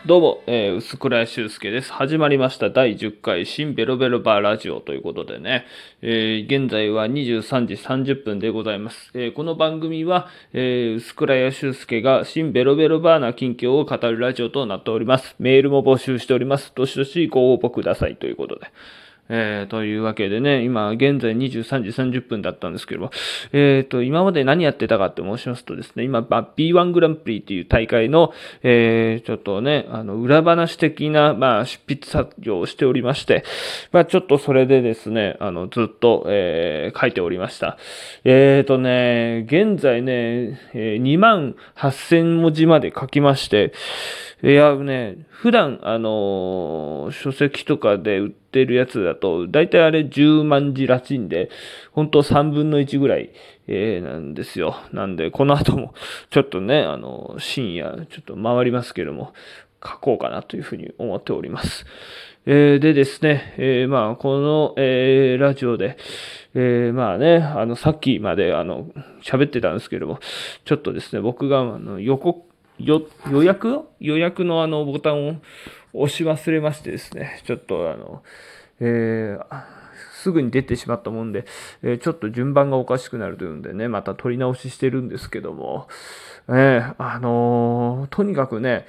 どうも、薄倉修介です。始まりました第10回新ベロベロバーラジオということでね、現在は23時30分でございます。この番組は、薄倉修介が新ベロベロバーな近況を語るラジオとなっております。メールも募集しております。どしどしご応募くださいということで。というわけでね、今現在23時30分だったんですけども、今まで何やってたかって申しますとですね、今、B1 グランプリという大会の、ちょっとね、裏話的な、執筆作業をしておりまして、ちょっとそれでですね、ずっと、書いておりました。現在ね、2万8000文字まで書きまして、いやね、普段、書籍とかで売ってるやつだと、だいたいあれ10万字らしいんで、本当3分の1ぐらい、なんですよ。なんで、この後も、ちょっとね、深夜、ちょっと回りますけども、書こうかなというふうに思っております。でですね、この、ラジオで、さっきまで、喋ってたんですけども、ちょっとですね、僕が、予約のボタンを押し忘れましてですね、ちょっとすぐに出てしまったもんで、ちょっと順番がおかしくなるというんでね、また取り直ししてるんですけども、とにかくね、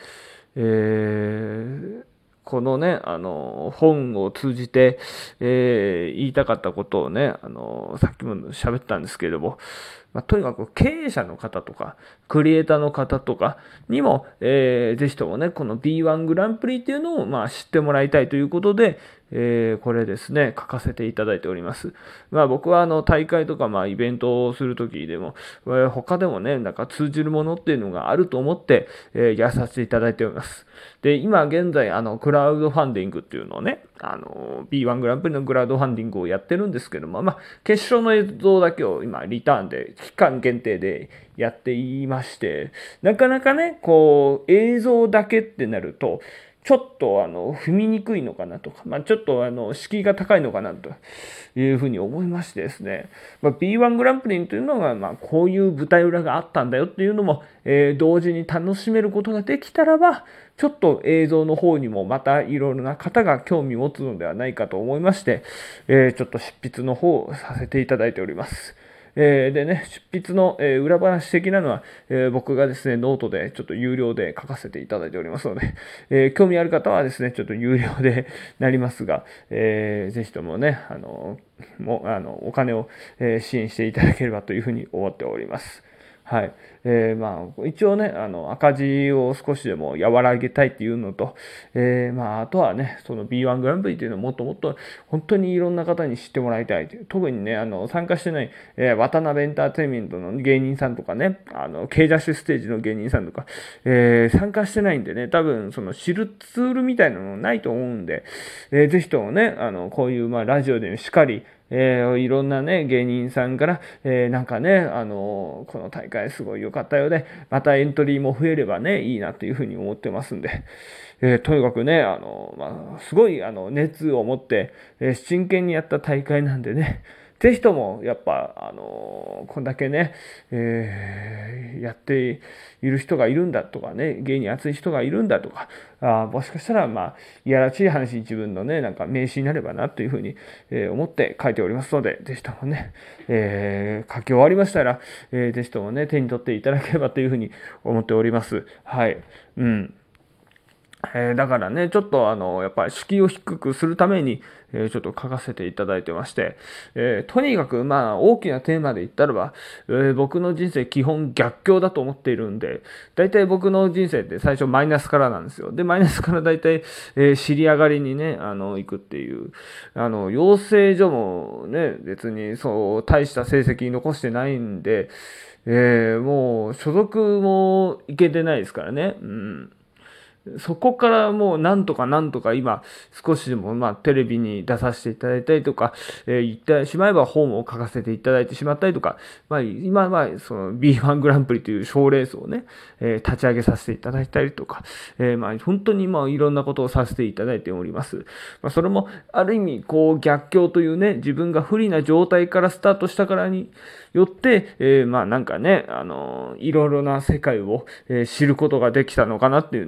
このね、本を通じて、言いたかったことをね、さっきも喋ったんですけれども、とにかく経営者の方とか、クリエイターの方とかにも、ぜひともね、この B1 グランプリっていうのを、知ってもらいたいということで、これですね、書かせていただいております。僕は大会とかイベントをするときでも、他でもね、なんか通じるものっていうのがあると思って、やらさせていただいております。で、今現在、クラウドファンディングっていうのをね、B1 グランプリのクラウドファンディングをやってるんですけども、決勝の映像だけを今、リターンで、期間限定でやっていまして、なかなかね、こう、映像だけってなると、ちょっと踏みにくいのかなとか、ちょっと敷居が高いのかなというふうに思いましてですね、B1 グランプリというのが、こういう舞台裏があったんだよっていうのも、同時に楽しめることができたらば、ちょっと映像の方にもまたいろいろな方が興味を持つのではないかと思いまして、ちょっと執筆の方をさせていただいております。でね、執筆の、裏話的なのは、僕がですね、ノートでちょっと有料で書かせていただいておりますので、興味ある方はですね、ちょっと有料でなりますが、ぜひともね、お金を、支援していただければというふうに思っております。はい。一応ね、赤字を少しでも和らげたいっていうのと、あとはね、その B1 グランプリっていうのをもっともっと本当にいろんな方に知ってもらいたいという。特にね、参加してない、渡辺エンターテインメントの芸人さんとかね、K ダッシュステージの芸人さんとか、参加してないんでね、多分その知るツールみたいなのないと思うんで、ぜひともね、こういうラジオでしっかり、いろんなね、芸人さんから、なんかね、この大会すごい良かったようで、またエントリーも増えればね、いいなというふうに思ってますんで、とにかくね、すごい熱を持って、真剣にやった大会なんでね、ぜひとも、やっぱ、こんだけね、やっている人がいるんだとかね、芸に熱い人がいるんだとか、もしかしたら、いやらしい話、自分のね、なんか名刺になればなというふうに、思って書いておりますので、ぜひともね、書き終わりましたら、ぜひともね、手に取っていただければというふうに思っております。はい。うん。だからね、ちょっとやっぱり敷居を低くするために、ちょっと書かせていただいてまして、とにかく大きなテーマで言ったらば、僕の人生基本逆境だと思っているんで、大体僕の人生って最初マイナスからなんですよ。で、マイナスから大体、尻上がりにね、行くっていう、養成所もね、別にそう大した成績残してないんで、もう所属もいけてないですからね。うん。そこからもうなんとか今少しでもテレビに出させていただいたりとか、言ってしまえば本を書かせていただいてしまったりとか、今はその B1 グランプリという賞レースをね、立ち上げさせていただいたりとか、本当にいろんなことをさせていただいております。それもある意味こう逆境というね、自分が不利な状態からスタートしたからによって、なんかね、いろいろな世界を、知ることができたのかなっていうの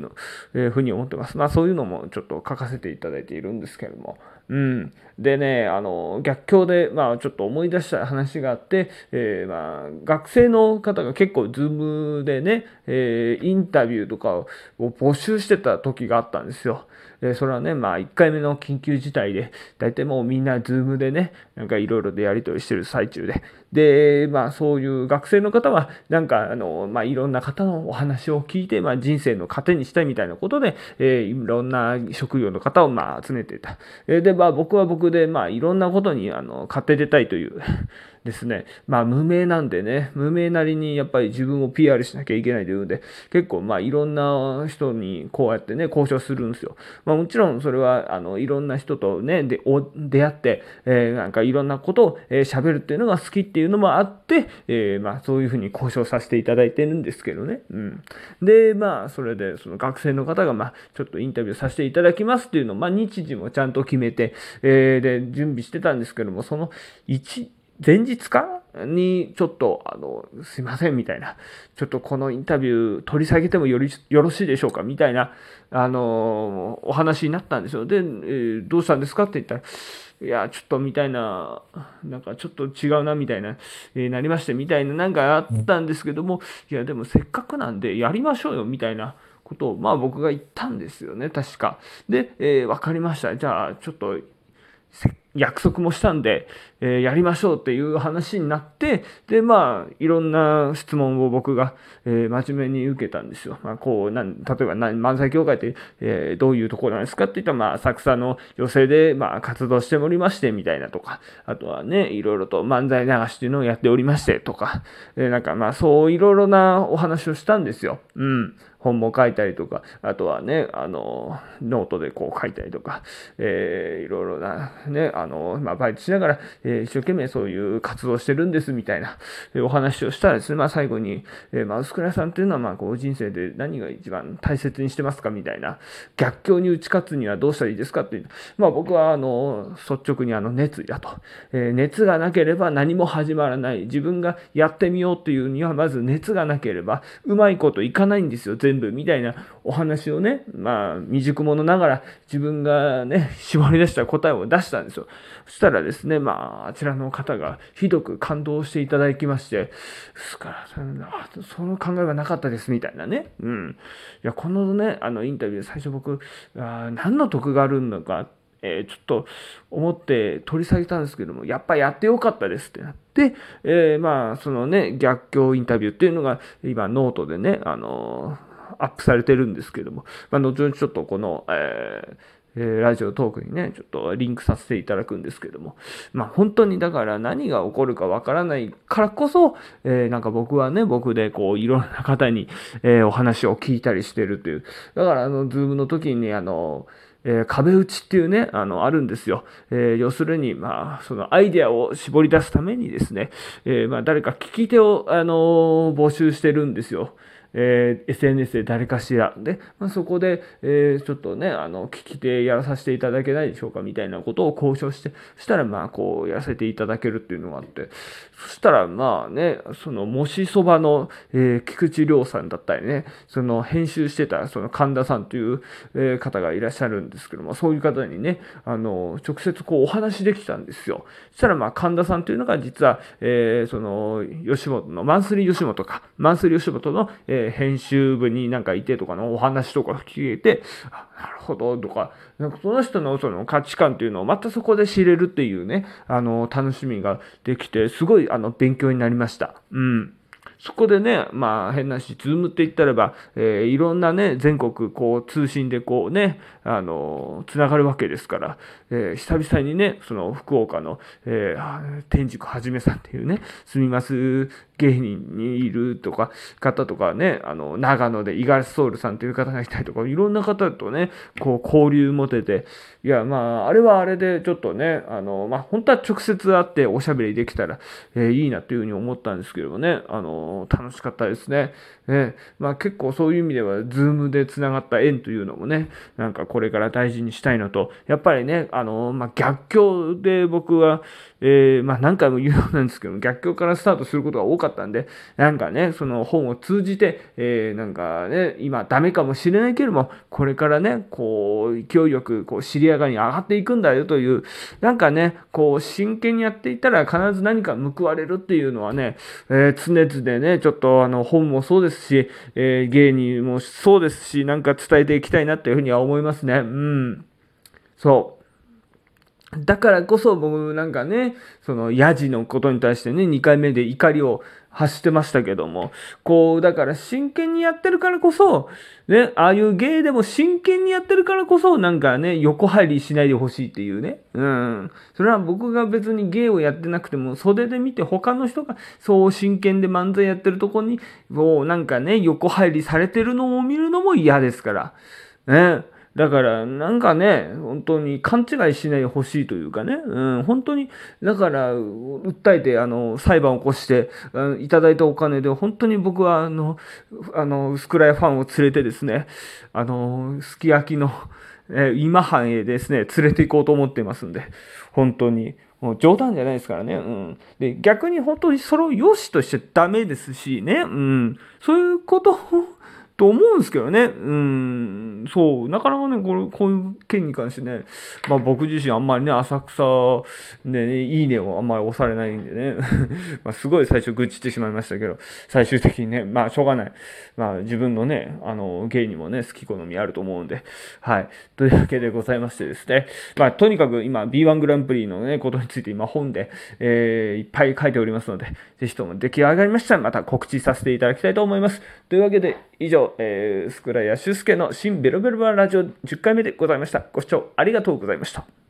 ふうに思ってます。そういうのもちょっと書かせていただいているんですけれども。でね、逆境で、ちょっと思い出した話があって、学生の方が結構、ズームでね、インタビューとかを募集してた時があったんですよ。それはね、1回目の緊急事態で、大体もうみんなズームでね、なんかいろいろでやり取りしてる最中で、で、そういう学生の方は、なんか、いろんな方のお話を聞いて、人生の糧にしたいみたいなことで、いろんな職業の方を、集めていた。で、僕は僕で、いろんなことに、勝手出たいというですね、無名なんでね、無名なりにやっぱり自分を PR しなきゃいけないというので、結構、いろんな人にこうやってね、交渉するんですよ。もちろんそれは、いろんな人とね、出会って、なんかいろんなことを喋るっていうのが好きっていうのもあって、そういうふうに交渉させていただいてるんですけどね。で、それで、その学生の方が、ちょっとインタビューさせていただきますっていうのを、日時もちゃんと決めて、で、準備してたんですけども、その前日かに、ちょっと、すいません、みたいな。ちょっとこのインタビュー取り下げてもよろしいでしょうかみたいな、お話になったんですよ。で、どうしたんですかって言ったら、いや、ちょっとみたいな、なんかちょっと違うな、みたいな、なりまして、みたいな、なんかあったんですけども、いや、でもせっかくなんでやりましょうよ、みたいなことを、僕が言ったんですよね、確か。で、わかりました。じゃあ、ちょっと、約束もしたんで、やりましょうっていう話になって、で、いろんな質問を僕が、真面目に受けたんですよ。例えば漫才協会って、どういうところなんですかって言ったら、浅草の女性で、活動しておりまして、みたいなとか、あとはね、いろいろと漫才流しっていうのをやっておりまして、とか、なんかそういろいろなお話をしたんですよ。本も書いたりとか、あとはね、ノートでこう書いたりとか、いろいろなね、バイトしながら、一生懸命そういう活動してるんですみたいな、お話をしたらですね、最後に、臼倉さんっていうのは、こう人生で何が一番大切にしてますかみたいな、逆境に打ち勝つにはどうしたらいいですかっていう、僕は、率直に熱意だと、熱がなければ何も始まらない。自分がやってみようっていうには、まず熱がなければ、うまいこといかないんですよ、全部、みたいなお話をね、未熟者ながら自分がね、絞り出した答えを出したんですよ。そしたらですね、あちらの方がひどく感動していただきまして、ですから、その考えはなかったです、みたいなね。いや、このね、インタビュー、最初僕、何の得があるのか、ちょっと思って取り下げたんですけども、やっぱやってよかったですってなって、そのね、逆境インタビューっていうのが今ノートでね、アップされてるんですけども、後々ちょっとこの、ラジオトークにね、ちょっとリンクさせていただくんですけども、本当にだから何が起こるかわからないからこそ、なんか僕はね、僕でこういろんな方に、お話を聞いたりしてるという。だからズームの時に壁打ちっていうね、あるんですよ。要するに、そのアイデアを絞り出すためにですね、誰か聞き手を、募集してるんですよ。SNS で誰かしら。で、そこで、ちょっとね、聞き手やらさせていただけないでしょうかみたいなことを交渉して、そしたら、こう、やらせていただけるっていうのがあって、そしたら、その、もしそばの、菊池亮さんだったりね、その、編集してた、その、神田さんという、方がいらっしゃるんですけども、そういう方にね、直接こう、お話できたんですよ。そしたら、神田さんというのが、実は、その、吉本の、マンスリー吉本の、編集部になんかいてとかのお話とか聞けて、なるほどとか、なんかその人のその価値観っていうのをまたそこで知れるっていうね、楽しみができて、すごい勉強になりました。そこでね、変なし、ズームって言ったらば、いろんなね、全国こう通信でこうね、つながるわけですから、久々にね、その福岡の、天竺はじめさんっていうね、住みます芸人にいるとか、方とかね、長野で五十嵐ソウルさんという方がいたりとか、いろんな方とね、こう交流持てて、いや、あれはあれでちょっとね、本当は直接会っておしゃべりできたら、いいなというふうに思ったんですけどね、楽しかったですね。結構そういう意味では、ズームでつながった縁というのもね、なんかこれから大事にしたいのと、やっぱりね、逆境で僕は、何回も言うようなんですけど、逆境からスタートすることが多かっったんで、なんかね、その本を通じて、なんかね、今ダメかもしれないけれども、これからね、こう、勢いよく、こう、尻上がりに上がっていくんだよという、なんかね、こう、真剣にやっていったら必ず何か報われるっていうのはね、常々ね、ちょっと本もそうですし、芸にもそうですし、なんか伝えていきたいなというふうには思いますね。うん。そう。だからこそ僕なんかね、そのヤジのことに対してね、2回目で怒りを発してましたけども、こう、だから真剣にやってるからこそ、ね、ああいう芸でも真剣にやってるからこそ、なんかね、横入りしないでほしいっていうね。うん。それは僕が別に芸をやってなくても、袖で見て他の人がそう真剣で漫才やってるとこに、もうなんかね、横入りされてるのを見るのも嫌ですから。ね。だから、なんかね、本当に勘違いしないでほしいというかね、本当に、だから、訴えて、裁判を起こして、いただいたお金で、本当に僕は、薄暗いファンを連れてですね、すき焼きの、今半へですね、連れて行こうと思ってますんで、本当に。もう冗談じゃないですからね。うん。で、逆に本当にそれを良しとしちゃダメですしね。うん。そういうことと思うんですけどね。そう。なかなかね、こういう件に関してね、まあ僕自身あんまりね、浅草でね、いいねをあんまり押されないんでね、まあすごい最初愚痴ってしまいましたけど、最終的にね、まあしょうがない。まあ自分のね、芸にもね、好き好みあると思うんで、はい。というわけでございましてですね、まあとにかく今 B1 グランプリのね、ことについて今本で、いっぱい書いておりますので、ぜひとも出来上がりましたらまた告知させていただきたいと思います。というわけで、以上、スクラヤシュスケの新ベロベロバラジオ10回目でございました。ご視聴ありがとうございました。